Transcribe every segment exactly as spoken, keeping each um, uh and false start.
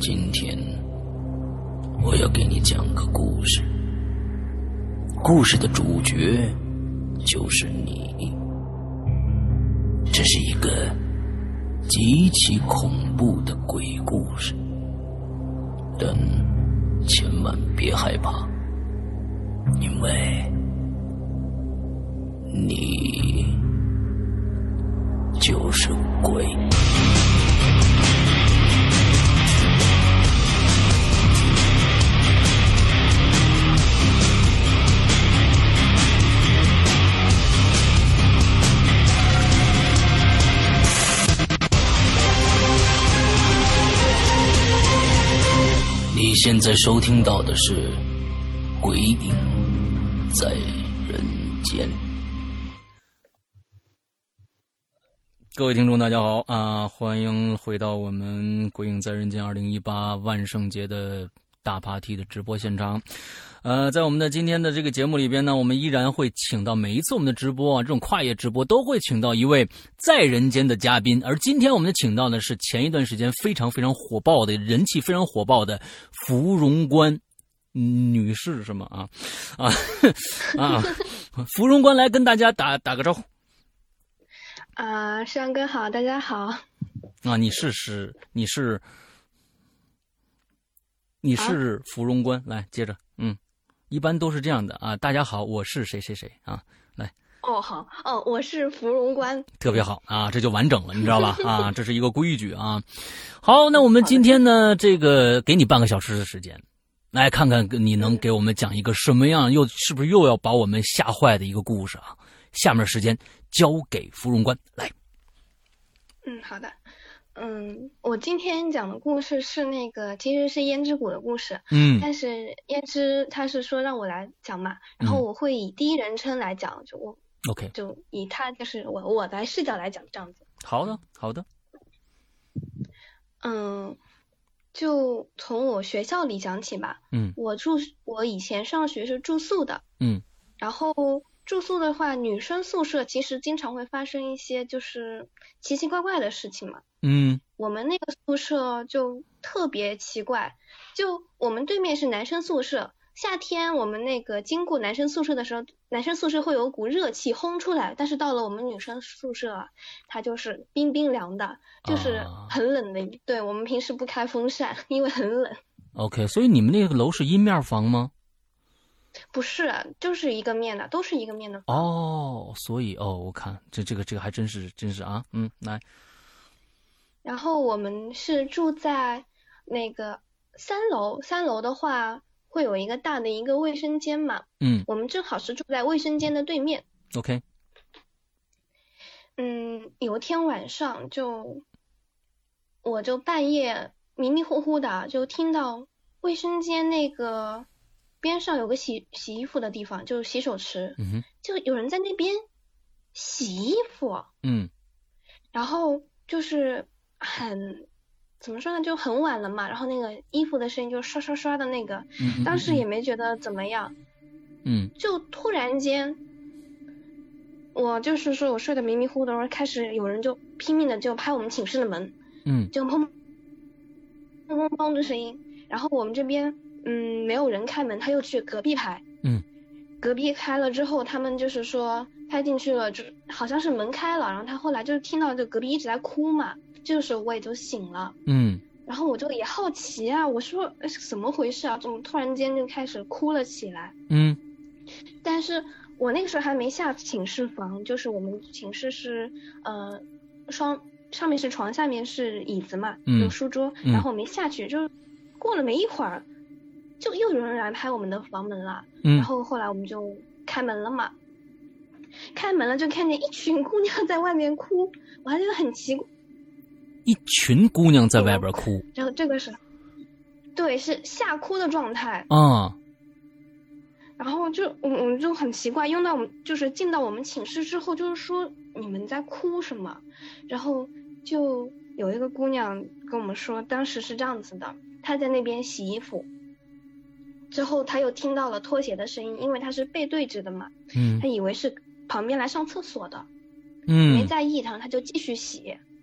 今天我要给你讲个故事，故事的主角就是你。这是一个极其恐怖的鬼故事，但千万别害怕，因为你就是鬼。你现在收听到的是《鬼影在人间》。 各位听众大家好啊，欢迎回到我们《鬼影在人间》二零一八万圣节的大 party 的直播现场。呃，在我们的今天的这个节目里边呢，我们依然会请到每一次我们的直播啊，这种跨夜直播都会请到一位在人间的嘉宾，而今天我们请到的是前一段时间非常非常火爆的人气非常火爆的芙蓉关女士是吗？啊啊啊！芙蓉关来跟大家打打个招呼。 啊，山哥好，大家好。 啊，你是是你是你是芙蓉关，来接着，嗯。一般都是这样的啊，大家好，我是谁谁谁啊，来。 哦，好，哦，我是芙蓉关， 特别好啊，这就完整了，你知道吧？啊，这是一个规矩啊。好，那我们今天呢，这个给你半个小时的时间，来看看你能给我们讲一个什么样，又是不是又要把我们吓坏的一个故事啊？下面时间交给芙蓉关来。 嗯，好的。嗯，我今天讲的故事是那个，其实是胭脂谷的故事。 嗯， 但是胭脂他是说让我来讲嘛，然后我会以第一人称来讲，就我 OK， 就以他就是我我的视角来讲这样子。 好的，好的。 嗯，就从我学校里讲起吧。 嗯， 我住我以前上学是住宿的。 嗯， 然后住宿的话，女生宿舍其实经常会发生一些就是奇奇怪怪的事情嘛。 嗯， 我们那个宿舍就特别奇怪，就我们对面是男生宿舍，夏天我们那个经过男生宿舍的时候，男生宿舍会有股热气轰出来，但是到了我们女生宿舍，它就是冰冰凉的，就是很冷的。啊、对，我们平时不开风扇，因为很冷。 OK， 所以你们那个楼是阴面房吗？ 不是，就是一个面的，都是一个面的。 哦，所以哦，我看这这个这个还真是真是啊，嗯，来。 然后我们是住在那个三楼，三楼的话会有一个大的一个卫生间嘛。 嗯， 我们正好是住在卫生间的对面。 OK。 嗯，有一天晚上就，我就半夜迷迷糊糊的就听到卫生间那个边上有个洗洗衣服的地方，就是洗手池， 嗯哼， 就有人在那边洗衣服。 嗯， 然后就是很怎么说呢，就很晚了嘛，然后那个衣服的声音就刷刷刷的那个， 嗯， 当时也没觉得怎么样。 嗯， 就突然间，我就是说我睡得迷迷糊的时候，开始有人就拼命的就拍我们寝室的门。 嗯， 就砰砰砰砰的声音，然后我们这边嗯没有人开门，他又去隔壁拍。 嗯， 隔壁开了之后，他们就是说拍进去了，就好像是门开了，然后他后来就听到就隔壁一直在哭嘛，这个时候我也就醒了。 嗯， 然后我就也好奇啊，我说怎么回事啊，怎么突然间就开始哭了起来。 嗯， 但是我那个时候还没下寝室房，就是我们寝室是呃双上面是床，下面是椅子嘛，有书桌， 嗯， 然后我没下去，就过了没一会儿，就又有人来拍我们的房门了。 嗯， 然后后来我们就开门了嘛，开门了就看见一群姑娘在外面哭，我还觉得很奇怪， 一群姑娘在外边哭， 然后这个是对是吓哭的状态啊。 然后就我我们就很奇怪，用到我们就是进到我们寝室之后，就是说你们在哭什么？然后就有一个姑娘跟我们说，当时是这样子的，她在那边洗衣服，之后她又听到了拖鞋的声音，因为她是背对着的嘛， 嗯， 她以为是旁边来上厕所的， 嗯， 没在意她，她就继续洗，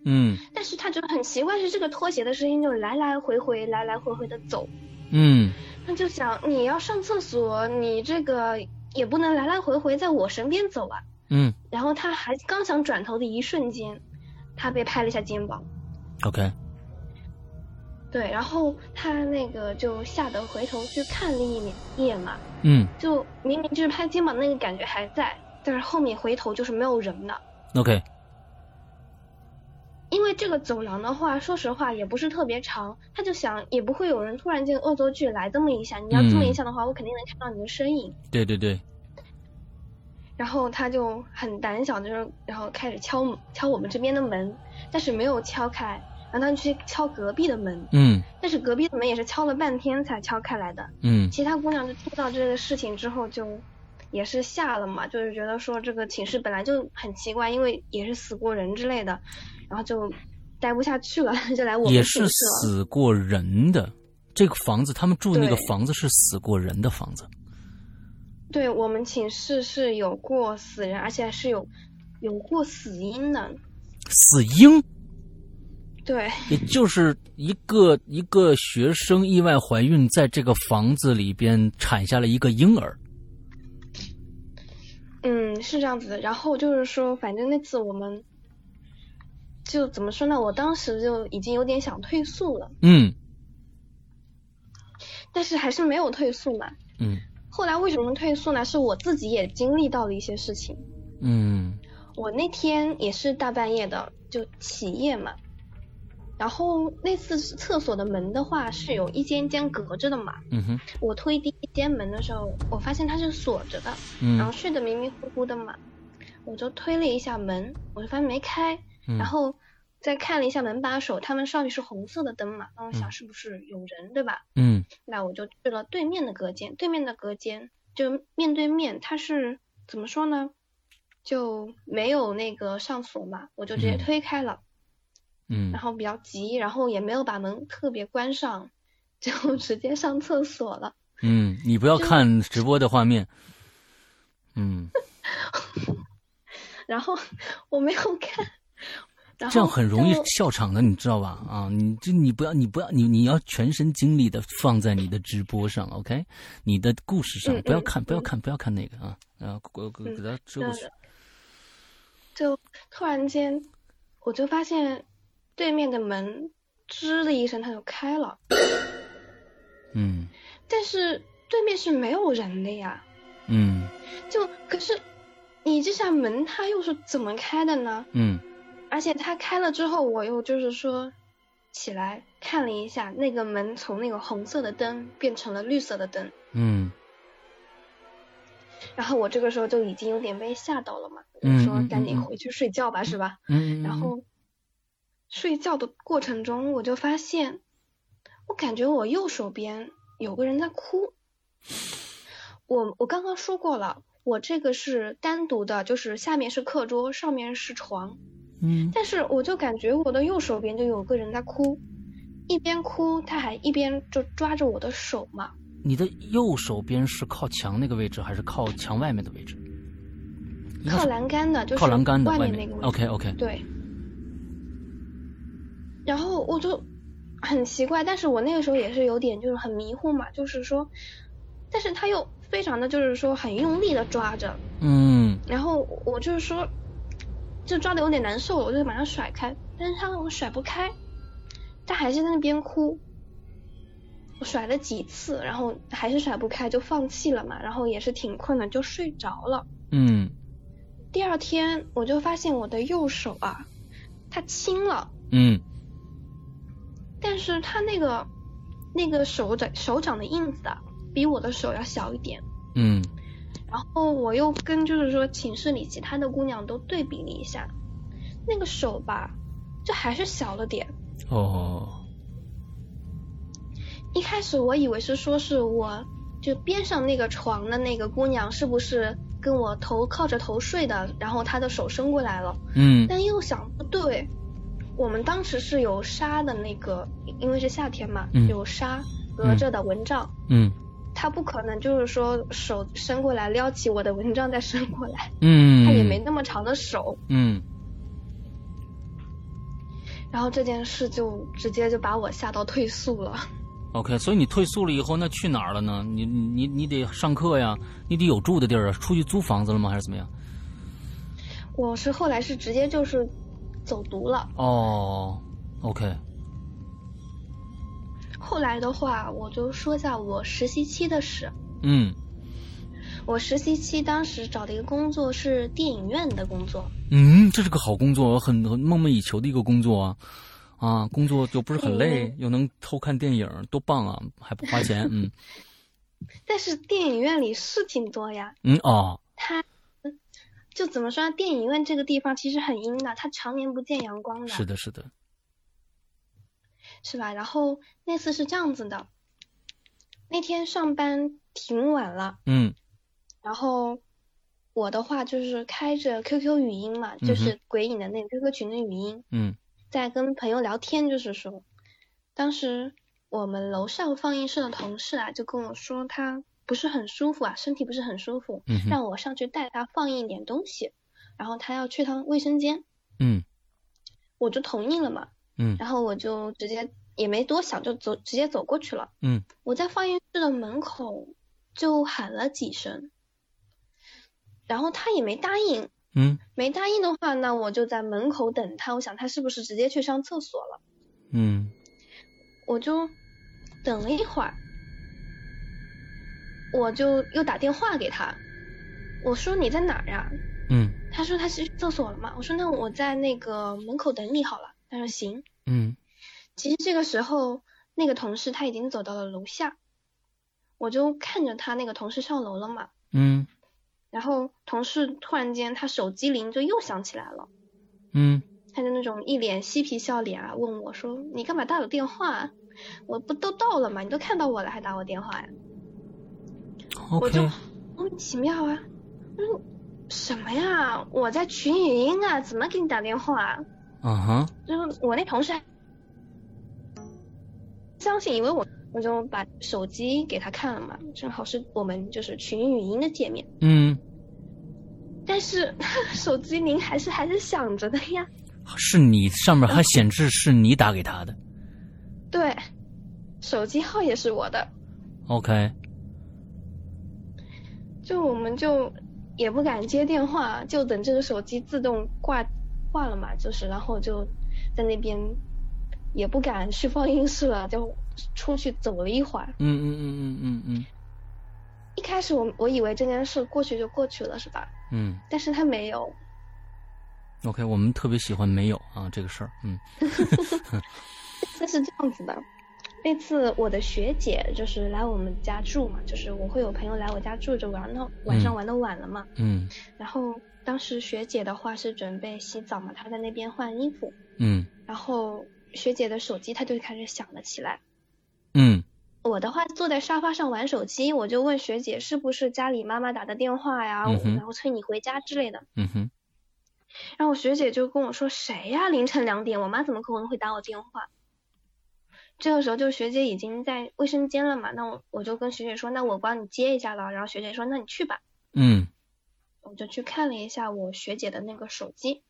嗯， 但是他就很奇怪，是这个拖鞋的声音就来来回回来来回回的走。 嗯， 他就想你要上厕所，你这个也不能来来回回在我身边走啊。 嗯， 然后他还刚想转头的一瞬间，他被拍了一下肩膀。 OK。 对，然后他那个就吓得回头去看了一眼一眼嘛。 嗯， 就明明就是拍肩膀那个感觉还在，但是后面回头就是没有人了。 OK。 因为这个走廊的话，说实话也不是特别长，他就想也不会有人突然间恶作剧来这么一下，你要这么一下的话，嗯、我肯定能看到你的身影。 对对对。 然后他就很胆小，就是然后开始敲敲我们这边的门，但是没有敲开，然后他就去敲隔壁的门。 嗯。 但是隔壁的门也是敲了半天才敲开来的。 嗯。 其他姑娘就听到这个事情之后就也是吓了嘛，就是觉得说这个寝室本来就很奇怪，因为也是死过人之类的。然后就待不下去了，就来我们也寝室了。 是死过人的，这个房子他们住的那个房子是死过人的房子。 对，我们寝室是有过死人，而且是有有过死婴的。 死婴？ 对， 也就是一个一个学生意外怀孕，在这个房子里边产下了一个婴儿。 嗯，是这样子的。然后就是说，反正那次我们。就怎么说呢？我当时就已经有点想退宿了， 嗯， 但是还是没有退宿嘛， 嗯。 后来为什么退宿呢？是我自己也经历到了一些事情， 嗯。 我那天也是大半夜的就起夜嘛，然后那次厕所的门的话是有一间间隔着的嘛， 嗯哼。 我推第一间门的时候，我发现它是锁着的， 嗯， 然后睡得迷迷糊糊的嘛，我就推了一下门，我就发现没开。然后再看了一下门把手，他们上面是红色的灯嘛，然后想是不是有人，对吧？ 嗯， 那我就去了对面的隔间，对面的隔间就面对面，它是怎么说呢？就没有那个上锁嘛，我就直接推开了。 嗯， 然后比较急，然后也没有把门特别关上，就直接上厕所了。 嗯，你不要看直播的画面。嗯。 然后我没有看。然后这样很容易笑场的，你知道吧？啊，你就你不要，你不要，你你要全身精力的放在你的直播上 ，OK？ 你的故事上， 嗯、 不要看， 嗯、 不要看，不要看那个啊，然后给给他遮过去。 嗯、就突然间，我就发现对面的门吱的一声，它就开了。 嗯。 但是对面是没有人的呀。 嗯。 就可是你这扇门它又是怎么开的呢？ 嗯。 而且它开了之后，我又就是说起来看了一下，那个门从那个红色的灯变成了绿色的灯。 嗯。 然后我这个时候就已经有点被吓到了嘛，就说赶紧回去睡觉吧， 嗯、 是吧？ 嗯。 然后睡觉的过程中，我就发现，我感觉我右手边有个人在哭。我我刚刚说过了，我这个是单独的，就是下面是课桌，上面是床。 嗯， 但是我就感觉我的右手边就有个人在哭，一边哭他还一边就抓着我的手嘛。 你的右手边是靠墙那个位置，还是靠墙外面的位置？ 靠栏杆的，就是靠栏杆的外面那个位置。 OK OK。 对。然后我就很奇怪，但是我那个时候也是有点就是很迷糊嘛，就是说，但是他又非常的就是说很用力的抓着。 嗯。 然后我就是说。就抓的有点难受，我就马上甩开，但是他我甩不开，他还是在那边哭。我甩了几次，然后还是甩不开，就放弃了嘛。然后也是挺困的，就睡着了。 嗯。 第二天我就发现我的右手啊，它青了。 嗯。 但是他那个那个手掌手掌的印子啊，比我的手要小一点。 嗯。 然后我又跟就是说寝室里其他的姑娘都对比了一下，那个手吧，就还是小了点。 哦。 一开始我以为是说是我就边上那个床的那个姑娘是不是跟我头靠着头睡的，然后她的手伸过来了。 嗯。 但又想不对，我们当时是有纱的那个，因为是夏天嘛， 嗯、 有纱隔着的蚊帐。 嗯。 他不可能就是说手伸过来撩起我的蚊帐再伸过来， 嗯， 他也没那么长的手， 嗯。 然后这件事就直接就把我吓到退宿了。 OK， 所以你退宿了以后，那去哪儿了呢？你你你得上课呀，你得有住的地儿啊，出去租房子了吗？还是怎么样？ 我是后来是直接就是走读了。 哦 ，OK。 后来的话，我就说一下我实习期的事。 嗯。 我实习期当时找的一个工作是电影院的工作。 嗯，这是个好工作，很很梦寐以求的一个工作啊。啊，工作又不是很累，又能偷看电影，多棒啊！还不花钱，嗯。 但是电影院里事情多呀。 嗯哦。 它就怎么说，电影院这个地方其实很阴的，它常年不见阳光的。 是的，是的。 是吧？然后那次是这样子的，那天上班挺晚了， 嗯。 然后我的话就是开着 Q Q 语音嘛，就是鬼影的那个 Q Q 群的语音， 嗯。 在跟朋友聊天，就是说，当时我们楼上放映室的同事啊，就跟我说他不是很舒服啊，身体不是很舒服， 嗯、 让我上去带他放映点东西，然后他要去趟卫生间， 嗯， 我就同意了嘛， 嗯， 然后我就直接也没多想，就走直接走过去了， 嗯， 我在放映室的门口就喊了几声，然后他也没答应。 嗯， 没答应的话，那我就在门口等他。我想他是不是直接去上厕所了？ 嗯， 我就等了一会儿，我就又打电话给他，我说你在哪儿呀？ 嗯， 他说他是去厕所了嘛。我说那我在那个门口等你好了。他说行。 嗯， 其实这个时候那个同事他已经走到了楼下，我就看着他那个同事上楼了嘛。 嗯。 然后同事突然间他手机铃就又响起来了， 嗯， 他就那种一脸嬉皮笑脸啊，问我说你干嘛打我电话？我不都到了吗？你都看到我了还打我电话呀？ Okay. 我就莫名其妙啊，嗯，什么呀？我在群语音啊，怎么给你打电话？ 嗯哼， 就是我那同事还相信，以为我。我就把手机给他看了嘛，正好是我们就是群语音的界面。 嗯， 但是手机铃还是还是响着的呀。 是你上面还显示是你打给他的？ 对，手机号也是我的。 OK。 就我们就也不敢接电话，就等这个手机自动挂挂了嘛，就是然后就在那边也不敢去放映室了，就出去走了一会儿。 嗯嗯嗯嗯嗯嗯。 一开始我我以为这件事过去就过去了，是吧？ 嗯。 但是他没有。 OK， 我们特别喜欢没有啊这个事儿。嗯。 那是这样子的，那次我的学姐就是来我们家住嘛，就是我会有朋友来我家住着玩到晚上玩的晚了嘛。 嗯。 然后当时学姐的话是准备洗澡嘛，她在那边换衣服。 嗯。 然后学姐的手机她就开始响了起来。 嗯。 我的话坐在沙发上玩手机，我就问学姐是不是家里妈妈打的电话呀，嗯、然后催你回家之类的。 嗯哼。 然后学姐就跟我说谁呀，凌晨两点我妈怎么可能会打我电话？这个时候就学姐已经在卫生间了嘛，那我我就跟学姐说那我帮你接一下了，然后学姐说那你去吧。 嗯。 我就去看了一下我学姐的那个手机，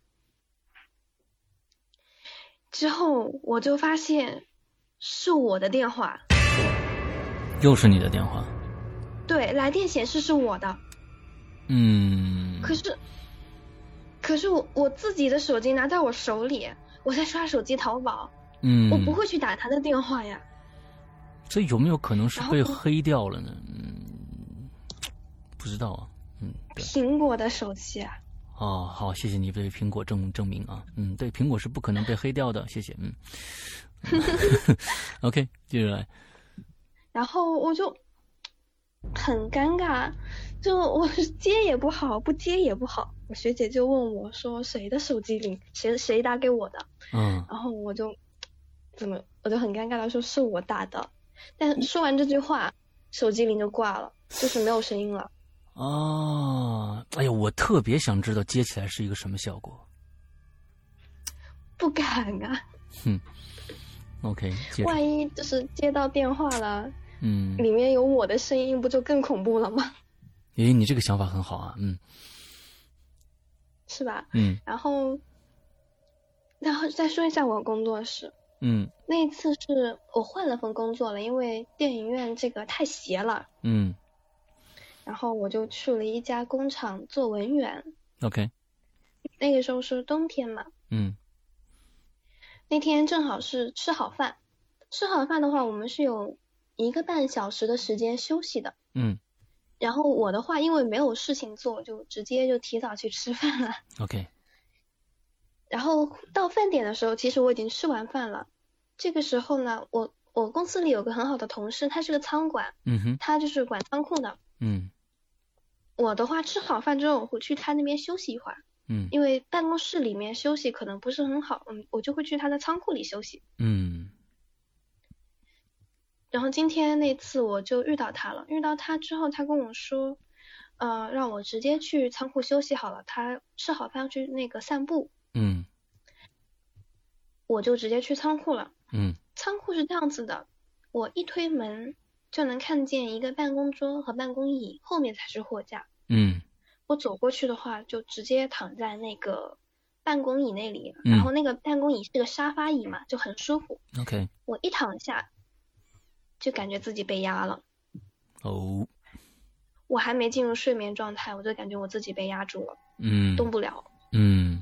之后我就发现是我的电话。 又是你的电话？ 对，来电显示是我的。 嗯。 可是可是我我自己的手机拿在我手里，我在刷手机淘宝。 嗯。 我不会去打他的电话呀。 这有没有可能是被黑掉了呢？嗯，不知道啊。嗯，对。 苹果的手机啊。 哦，好，谢谢你对苹果证证明啊。嗯，对，苹果是不可能被黑掉的，谢谢。嗯。OK， 接着来。 然后我就很尴尬，就我接也不好，不接也不好。我学姐就问我说谁的手机铃，谁谁打给我的？ 嗯。 然后我就怎么我就很尴尬的说是我打的，但说完这句话，手机铃就挂了，就是没有声音了。 啊，哎呀，我特别想知道接起来是一个什么效果。 不敢啊。 哼。OK， 万一就是接到电话了， 嗯， 里面有我的声音，不就更恐怖了吗？ 诶，你这个想法很好啊。嗯。 是吧？ 嗯。 然后然后再说一下我工作室。 嗯， 那一次是我换了份工作了，因为电影院这个太邪了。 嗯， 然后我就去了一家工厂做文员。 OK。 那个时候是冬天嘛。 嗯。 那天正好是吃好饭，吃好饭的话，我们是有一个半小时的时间休息的。 嗯。 然后我的话，因为没有事情做，就直接就提早去吃饭了。 OK。 然后到饭点的时候，其实我已经吃完饭了。这个时候呢，我我公司里有个很好的同事，他是个仓管， 嗯哼， 他就是管仓库的。 嗯。 我的话，吃好饭之后，我会去他那边休息一会儿。 嗯。 因为办公室里面休息可能不是很好，嗯，我就会去他的仓库里休息。 嗯。 然后今天那次我就遇到他了，遇到他之后，他跟我说，呃，让我直接去仓库休息好了，他吃好饭去那个散步。 嗯。 我就直接去仓库了。 嗯。 仓库是这样子的，我一推门就能看见一个办公桌和办公椅，后面才是货架。 嗯。 我走过去的话，就直接躺在那个办公椅那里， 嗯、 然后那个办公椅是个沙发椅嘛，就很舒服。 OK。 我一躺下，就感觉自己被压了。 哦。 我还没进入睡眠状态，我就感觉我自己被压住了。 嗯。 动不了。 嗯。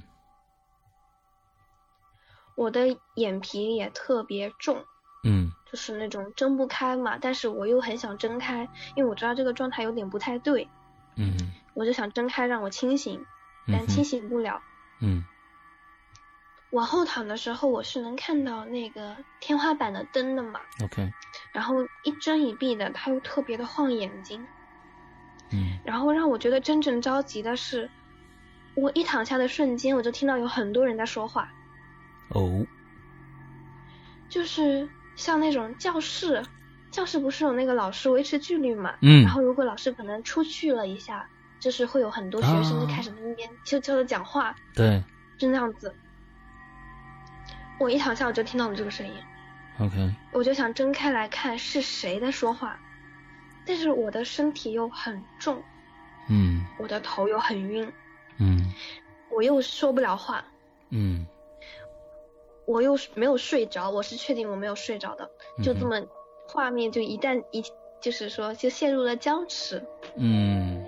我的眼皮也特别重。 嗯。 就是那种睁不开嘛，但是我又很想睁开，因为我知道这个状态有点不太对。 嗯。 我就想睁开让我清醒，但清醒不了。 嗯。 往后躺的时候，我是能看到那个天花板的灯的嘛。 OK。 然后一睁一闭的，它又特别的晃眼睛。 嗯。 然后让我觉得真正着急的是，我一躺下的瞬间，我就听到有很多人在说话。 哦。 就是像那种教室，教室不是有那个老师维持纪律嘛？ 嗯。 然后如果老师可能出去了一下，就是会有很多学生就开始在那边悄悄的讲话。 对。 就那样子。我一躺下我就听到了这个声音。 OK。 我就想睁开来看是谁在说话，但是我的身体又很重。 嗯。 我的头又很晕。 嗯。 我又说不了话。 嗯。 我又没有睡着，我是确定我没有睡着的，就这么画面就一旦一就是说就陷入了僵持。 嗯。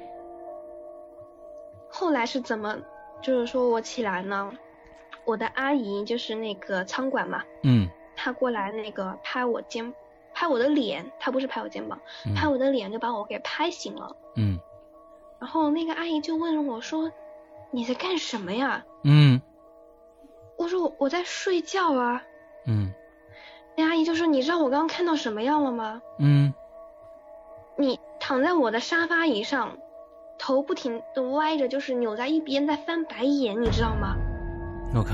后来是怎么就是说我起来呢？我的阿姨就是那个仓管嘛， 嗯， 她过来那个拍我肩拍我的脸，她不是拍我肩膀， 嗯、 拍我的脸就把我给拍醒了。 嗯。 然后那个阿姨就问我说：“你在干什么呀？” 嗯。 我说我我在睡觉啊。 嗯。 那阿姨就说：“你知道我刚刚看到什么样了吗？” 嗯。 你躺在我的沙发椅上，头不停的歪着，就是扭在一边在翻白眼，你知道吗 ？OK。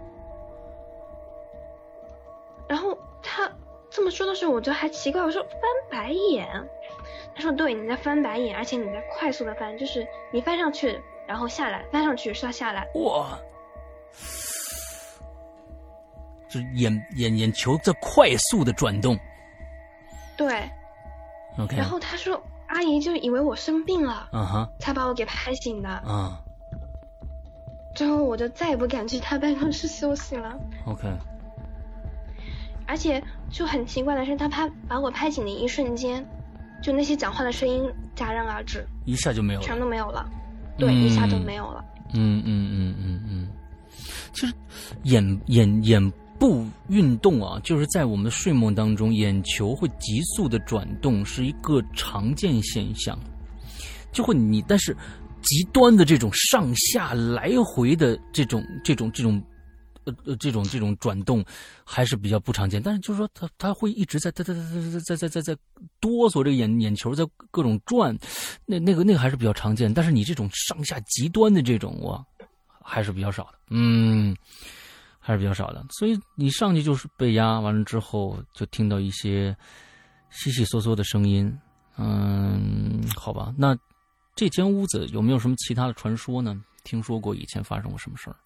然后他这么说的时候，我就还奇怪，我说翻白眼？他说对，你在翻白眼，而且你在快速的翻，就是你翻上去，然后下来，翻上去是要下来。 哇！就是眼眼眼球在快速的转动。 对。 OK。 然后他说，阿姨就以为我生病了， 嗯哼， 才把我给拍醒的。 啊。 之后我就再也不敢去他办公室休息了。 OK。 而且就很奇怪的是，他拍把我拍醒的一瞬间，就那些讲话的声音戛然而止， 一下就没有了， 全都没有了。对，嗯、一下就没有了。 嗯嗯嗯嗯嗯。其实眼眼眼部运动啊，就是在我们的睡梦当中，眼球会急速的转动，是一个常见现象。就会你，但是极端的这种上下来回的这种这种这种呃呃这种这种转动还是比较不常见。但是就是说，它它会一直在在在在在在在在哆嗦，这个眼眼球在各种转，那那个那个还是比较常见。但是你这种上下极端的这种，哇，还是比较少的。嗯。还是比较少的，所以你上去就是被压完了之后，就听到一些悉悉嗦嗦的声音。嗯，好吧，那这间屋子有没有什么其他的传说呢？听说过以前发生过什么事儿？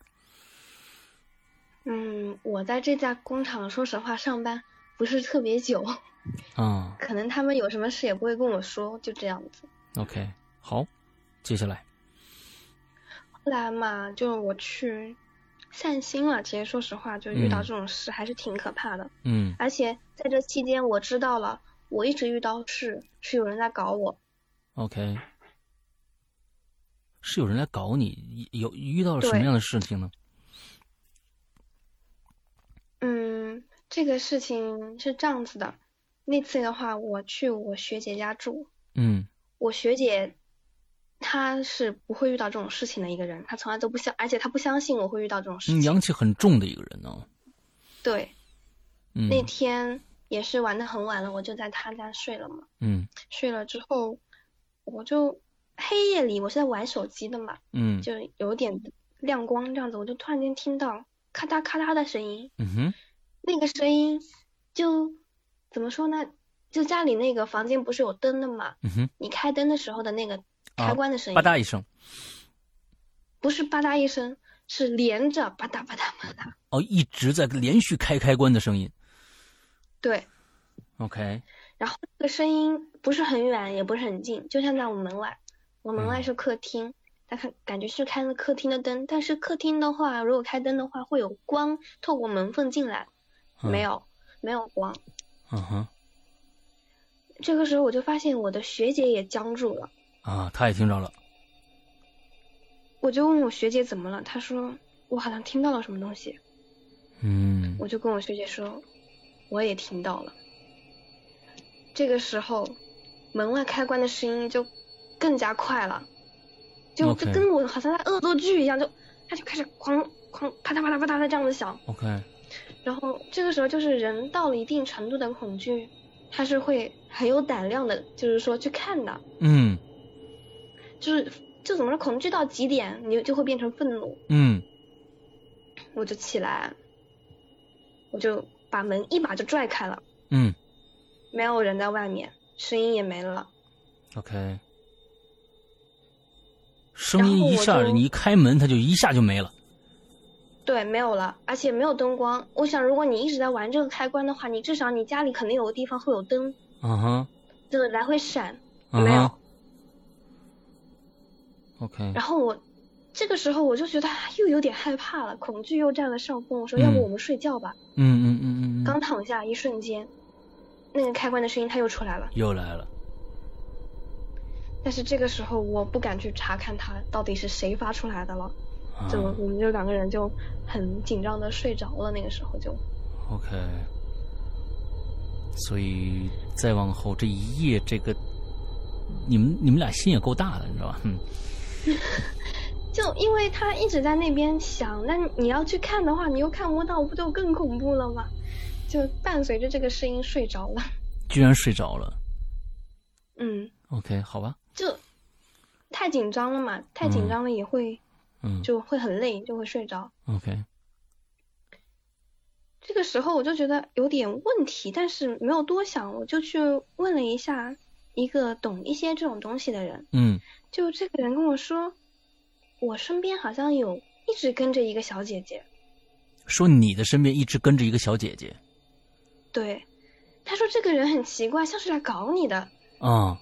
嗯，我在这家工厂说实话上班不是特别久啊， 可能他们有什么事也不会跟我说，就这样子。 OK， 好，接下来。 后来嘛，就我去散心了。其实说实话，就遇到这种事还是挺可怕的。 嗯， 而且在这期间，我知道了，我一直遇到事是有人在搞我。 OK， 是有人来搞你，有遇到了什么样的事情呢？ 嗯，这个事情是这样子的，那次的话，我去我学姐家住。 嗯， 我学姐她是不会遇到这种事情的一个人，她从来都不相，而且她不相信我会遇到这种事情。 阳气很重的一个人呢、哦。 对， 嗯， 那天也是玩得很晚了，我就在她家睡了嘛。 嗯， 睡了之后，我就黑夜里我是在玩手机的嘛， 嗯， 就有点亮光这样子，我就突然间听到咔嗒咔嗒的声音。 嗯哼， 那个声音就怎么说呢？就家里那个房间不是有灯的嘛？ 嗯哼， 你开灯的时候的那个开关的声音， 吧嗒一声， 不是吧嗒一声，是连着吧嗒吧嗒吧嗒。 哦，一直在连续开开关的声音。 对。 OK。 然后这个声音不是很远，也不是很近，就像在我门外。我门外是客厅，但看感觉是开了客厅的灯，但是客厅的话，如果开灯的话，会有光透过门缝进来， 嗯、 没有，没有光。 嗯哼。 这个时候我就发现我的学姐也僵住了。 啊，她也听着了。 我就问我学姐怎么了，她说我好像听到了什么东西。 嗯。 我就跟我学姐说，我也听到了。这个时候，门外开关的声音就更加快了，就 Okay. 就跟我好像在恶作剧一样，就它就开始哐哐啪嗒啪嗒啪嗒的这样子响。 OK。 然后这个时候就是人到了一定程度的恐惧，他是会很有胆量的，就是说去看的。 嗯。 就是就怎么说，恐惧到极点，你就会变成愤怒。 嗯。 我就起来，我就把门一把就拽开了。 嗯。 没有人在外面，声音也没了。 OK。声音一下，你一开门，它就一下就没了。 对，没有了，而且没有灯光。我想，如果你一直在玩这个开关的话，你至少你家里肯定有个地方会有灯。 嗯哼。 就来回闪， uh-huh. 没有。 OK。 然后我这个时候我就觉得又有点害怕了，恐惧又占了上风。我说，要不我们睡觉吧。 嗯嗯嗯嗯嗯。 刚躺下一瞬间，那个开关的声音它又出来了。 又来了。 但是这个时候我不敢去查看它到底是谁发出来的了。 啊、 就我们就两个人就很紧张的睡着了，那个时候就 OK。 所以再往后这一夜，这个你们你们俩心也够大的，你知道吧？嗯。 就因为他一直在那边响，那你要去看的话，你又看不到，不就更恐怖了吗？就伴随着这个声音睡着了。 居然睡着了。 嗯。 OK， 好吧。 就太紧张了嘛，太紧张了也会嗯就会很累，就会睡着。 OK。 这个时候我就觉得有点问题，但是没有多想，我就去问了一下一个懂一些这种东西的人。 嗯。 就这个人跟我说，我身边好像有一直跟着一个小姐姐。 说你的身边一直跟着一个小姐姐。 对，他说这个人很奇怪，像是来搞你的。 啊、嗯。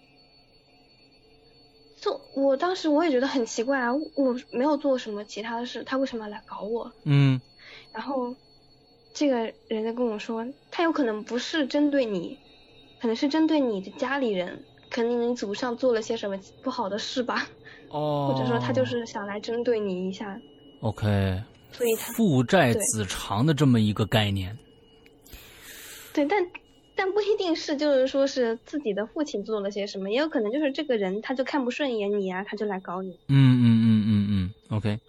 就我当时我也觉得很奇怪啊，我没有做什么其他的事，他为什么要来搞我？ 嗯。 然后这个人就跟我说，他有可能不是针对你，可能是针对你的家里人，可能你祖上做了些什么不好的事吧。 哦。 或者说他就是想来针对你一下。 OK。 所以他父债子偿的这么一个概念。 对，但但不一定是就是说是自己的父亲做了些什么，也有可能就是这个人他就看不顺眼你啊，他就来搞你。 嗯嗯嗯嗯嗯 OK。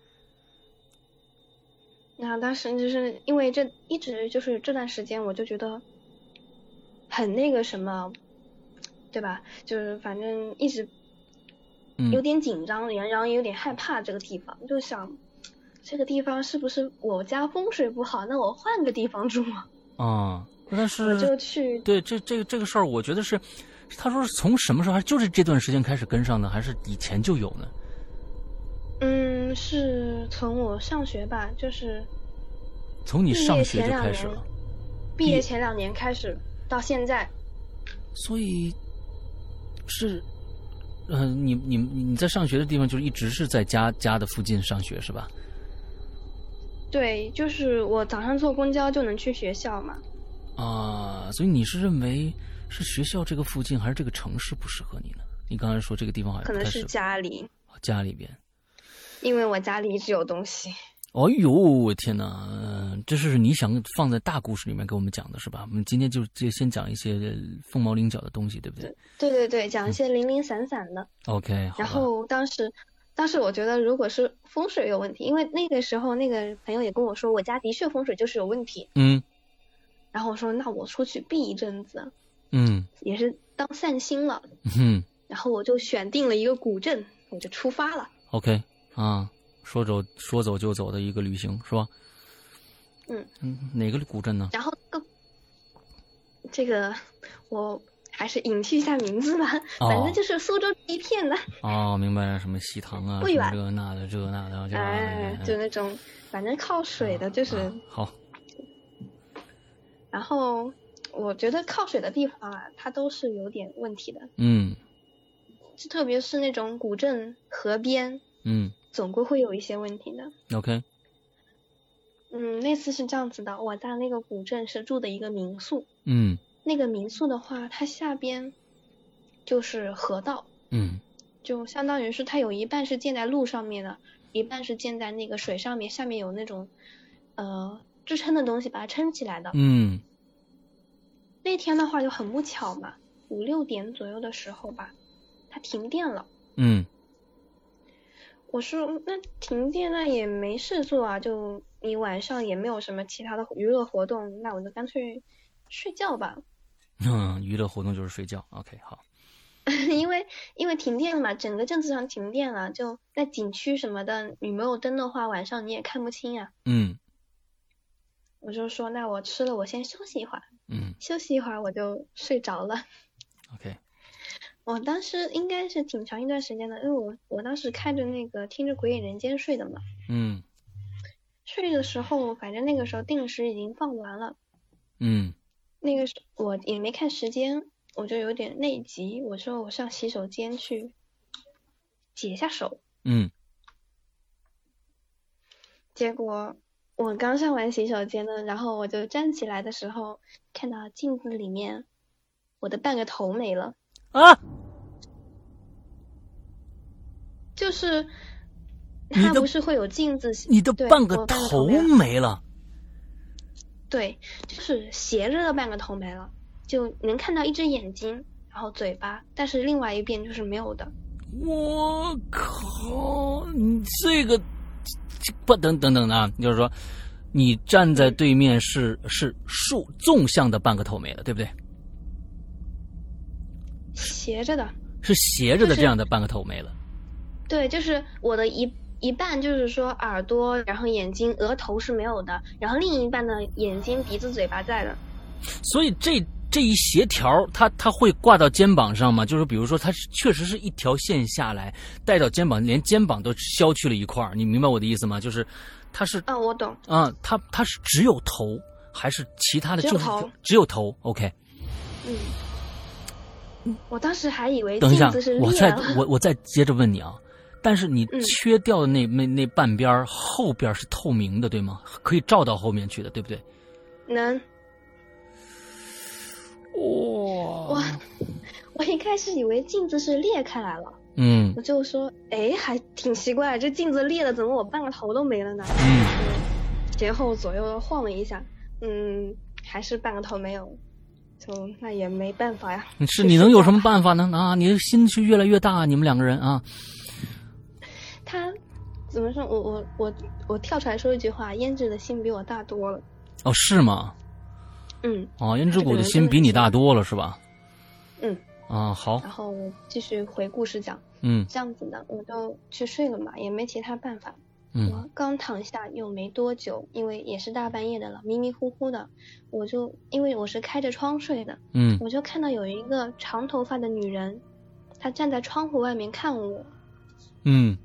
然后当时就是因为这一直就是这段时间我就觉得很那个什么，对吧？就是反正一直有点紧张，然、嗯、然后也有点害怕这个地方，就想这个地方是不是我家风水不好，那我换个地方住啊。 啊、嗯，但是我就去对这这个这个事儿，我觉得是他说是从什么时候，还就是这段时间开始跟上的，还是以前就有呢？ 嗯，是从我上学吧，就是从你上学就开始了。 毕业前两年开始到现在。 所以是呃，你你你在上学的地方就是一直是在家家的附近上学是吧？ 对，就是我早上坐公交就能去学校嘛。 啊，所以你是认为是学校这个附近，还是这个城市不适合你呢？你刚才说这个地方好像可能是家里， 家里边， 因为我家里一直有东西。 哦呦，天哪！呃、这是你想放在大故事里面给我们讲的是吧？我们今天就就先讲一些凤毛麟角的东西，对不对？ 对对对，讲一些零零散散的。 嗯、OK， 然后当时，当时我觉得如果是风水有问题，因为那个时候那个朋友也跟我说，我家的确风水就是有问题。 嗯。 然后我说，那我出去避一阵子。 嗯。 也是当散心了。 嗯。 然后我就选定了一个古镇，我就出发了。 OK， 啊。说走说走就走的一个旅行是吧？ 嗯嗯，哪个古镇呢？ 然后这个我还是隐去一下名字吧，哦、反正就是苏州一片的。 哦，明白了，什么西塘啊， 不远， 这那的这那的， 哎，就那种反正靠水的，就是、 啊、好。 然后我觉得靠水的地方啊，它都是有点问题的。 嗯， 就特别是那种古镇河边。 嗯。 总归会有一些问题的。 OK。 嗯，那次是这样子的，我在那个古镇是住的一个民宿。 嗯。 那个民宿的话，它下边就是河道。 嗯。 就相当于是它有一半是建在路上面的，一半是建在那个水上面，下面有那种呃支撑的东西把它撑起来的。 嗯。 那天的话就很不巧嘛，五六点左右的时候吧，它停电了。 嗯。 我说那停电那也没事做啊，就你晚上也没有什么其他的娱乐活动，那我就干脆睡觉吧。 嗯，娱乐活动就是睡觉。OK， 好。 因为因为停电了嘛，整个镇子上停电了，就在景区什么的，你没有灯的话，晚上你也看不清啊。 嗯。 我就说那我吃了，我先休息一会儿。 嗯。 休息一会儿我就睡着了。 OK。 我当时应该是挺长一段时间的，因为我我当时看着那个听着《鬼影人间》睡的嘛。 嗯。 睡的时候，反正那个时候定时已经放完了。 嗯。 那个时我也没看时间，我就有点内急，我说我上洗手间去解一下手。 嗯。 结果我刚上完洗手间呢，然后我就站起来的时候，看到镜子里面我的半个头没了。 啊！ 就是它不是会有镜子， 你的半个头没了。 对，就是斜着的半个头没了，就能看到一只眼睛，然后嘴巴，但是另外一边就是没有的。 我靠！你这个不等等等啊，就是说你站在对面是、嗯、是竖纵向的半个头没了，对不对？ 斜着的。 是斜着的这样的半个头没了。 就是、对，就是我的一一半，就是说耳朵，然后眼睛、额头是没有的，然后另一半的眼睛、鼻子、嘴巴在的。 所以这这一斜条，它它会挂到肩膀上吗？就是比如说，它确实是一条线下来带到肩膀，连肩膀都削去了一块，你明白我的意思吗？就是它是啊、哦，我懂啊，它它是只有头，还是其他的？ 只有头， 就是只有头。OK。 嗯，我当时还以为等一下， 镜子是我再我我再接着问你啊，但是你缺掉的那、嗯、那那半边后边是透明的，对吗？可以照到后面去的，对不对？ 能。 哇、哦！ 我我一开始以为镜子是裂开来了， 嗯， 我就说，哎，还挺奇怪，这镜子裂了，怎么我半个头都没了呢？ 嗯， 前后左右晃了一下，嗯，还是半个头没有。就那也没办法呀。 是你能有什么办法呢？啊，你的心就越来越大，你们两个人啊。 他怎么说？我我我我跳出来说一句话：胭脂的心比我大多了。 哦，是吗？ 嗯。 哦，胭脂谷的心比你大多了，是吧？ 嗯。 啊，好。 然后继续回故事讲。 嗯。 这样子的，我就去睡了嘛，也没其他办法。 嗯， 我刚躺下又没多久，因为也是大半夜的了，迷迷糊糊的，我就因为我是开着窗睡的， 嗯， 我就看到有一个长头发的女人，她站在窗户外面看我， 嗯，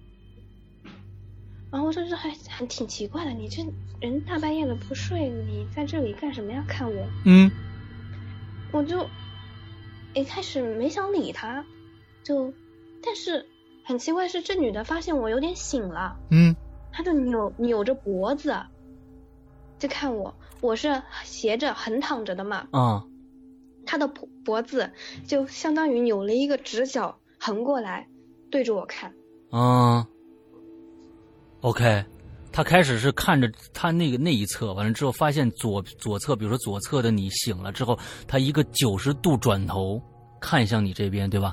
然后我说这还还挺奇怪的，你这人大半夜的不睡，你在这里干什么呀？看我， 嗯， 我就一开始没想理她，就但是。很奇怪是这女的发现我有点醒了， 嗯， 他就扭扭着脖子就看我，我是斜着横躺着的嘛， 啊、嗯， 他的脖脖子就相当于扭了一个直角横过来对着我看。 嗯 ，OK， 他开始是看着他那个那一侧，完了之后发现左左侧，比如说左侧的你醒了之后，他一个九十度转头看向你这边，对吧？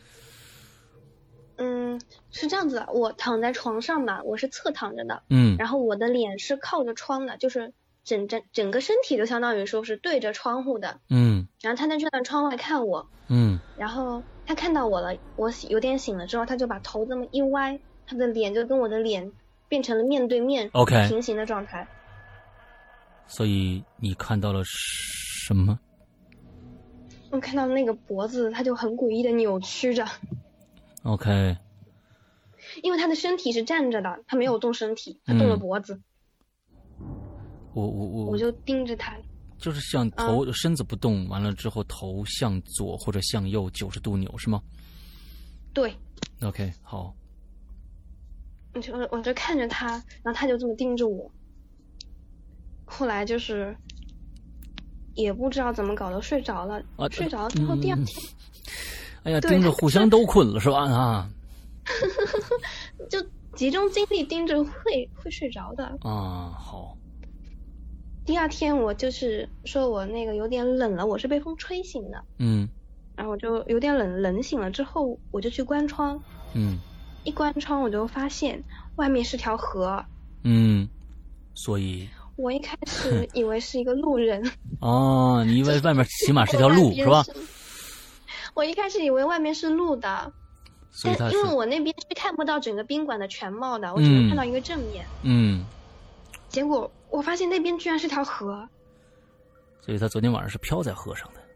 嗯，是这样子的，我躺在床上嘛，我是侧躺着的， 嗯， 然后我的脸是靠着窗的，就是整整整个身体都相当于说是对着窗户的， 嗯， 然后他在这在窗外看我， 嗯， 然后他看到我了，我有点醒了之后，他就把头这么一歪，他的脸就跟我的脸变成了面对面 OK 平行的状态。 所以你看到了什么？ 我看到那个脖子，他就很诡异的扭曲着。 OK， 因为他的身体是站着的，他没有动身体，他动了脖子。 嗯、我我我我就盯着他， 就是像头、嗯、身子不动，完了之后头向左或者向右九十度扭是吗？ 对。 OK， 好。 我就我就看着他，然后他就这么盯着我。后来就是也不知道怎么搞的，睡着了。啊、睡着了之后，第二天。嗯哎呀，盯着互相都困了是吧？啊， 就集中精力盯着会会睡着的啊。好。 第二天我就是说我那个有点冷了，我是被风吹醒的。 嗯。 然后我就有点冷，冷醒了之后我就去关窗。 嗯。 一关窗我就发现外面是条河。 嗯。所以。 我一开始以为是一个路人。 哦，你以为外面起码是条路是吧？ 我一开始以为外面是路的， 所以他但因为我那边是看不到整个宾馆的全貌的，我只能看到一个正面。 嗯。 结果我发现那边居然是条河。 所以他昨天晚上是漂在河上的。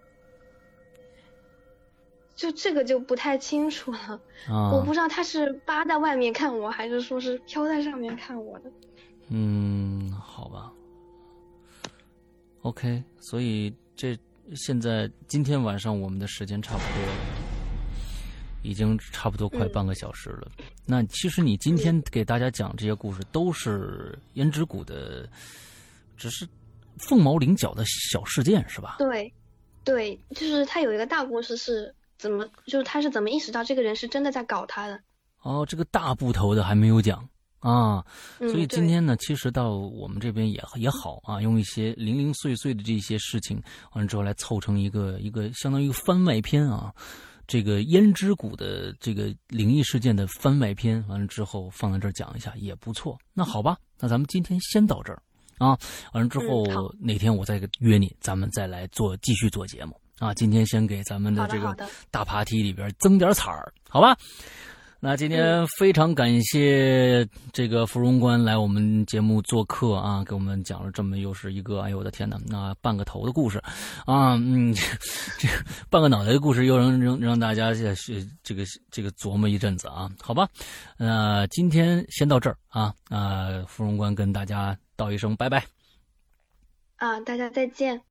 就这个就不太清楚了，啊、我不知道他是扒在外面看我，还是说是飘在上面看我的。 嗯，好吧。OK， 所以这。现在今天晚上我们的时间差不多了，已经差不多快半个小时了。嗯、那其实你今天给大家讲这些故事都是胭脂谷的，只是凤毛麟角的小事件是吧？ 对，对，就是他有一个大故事是怎么，就是他是怎么意识到这个人是真的在搞他的。 哦，这个大部头的还没有讲。啊，所以今天呢， 嗯、 其实到我们这边也也好啊，用一些零零碎碎的这些事情，完了之后来凑成一个一个相当于番外篇啊，这个胭脂谷的这个灵异事件的番外篇，完了之后放在这儿讲一下也不错。那好吧，那咱们今天先到这儿啊，完了之后、嗯、哪天我再约你，咱们再来做继续做节目啊。今天先给咱们的这个大爬梯里边增点彩儿，好吧？那今天非常感谢这个芙蓉关来我们节目做客啊，给我们讲了这么又是一个，哎呦我的天哪，那半个头的故事啊，嗯，这半个脑袋的故事又让让让大家是这个这个琢磨一阵子啊，好吧？那今天先到这儿啊，啊，芙蓉关跟大家道一声拜拜。 啊，大家再见。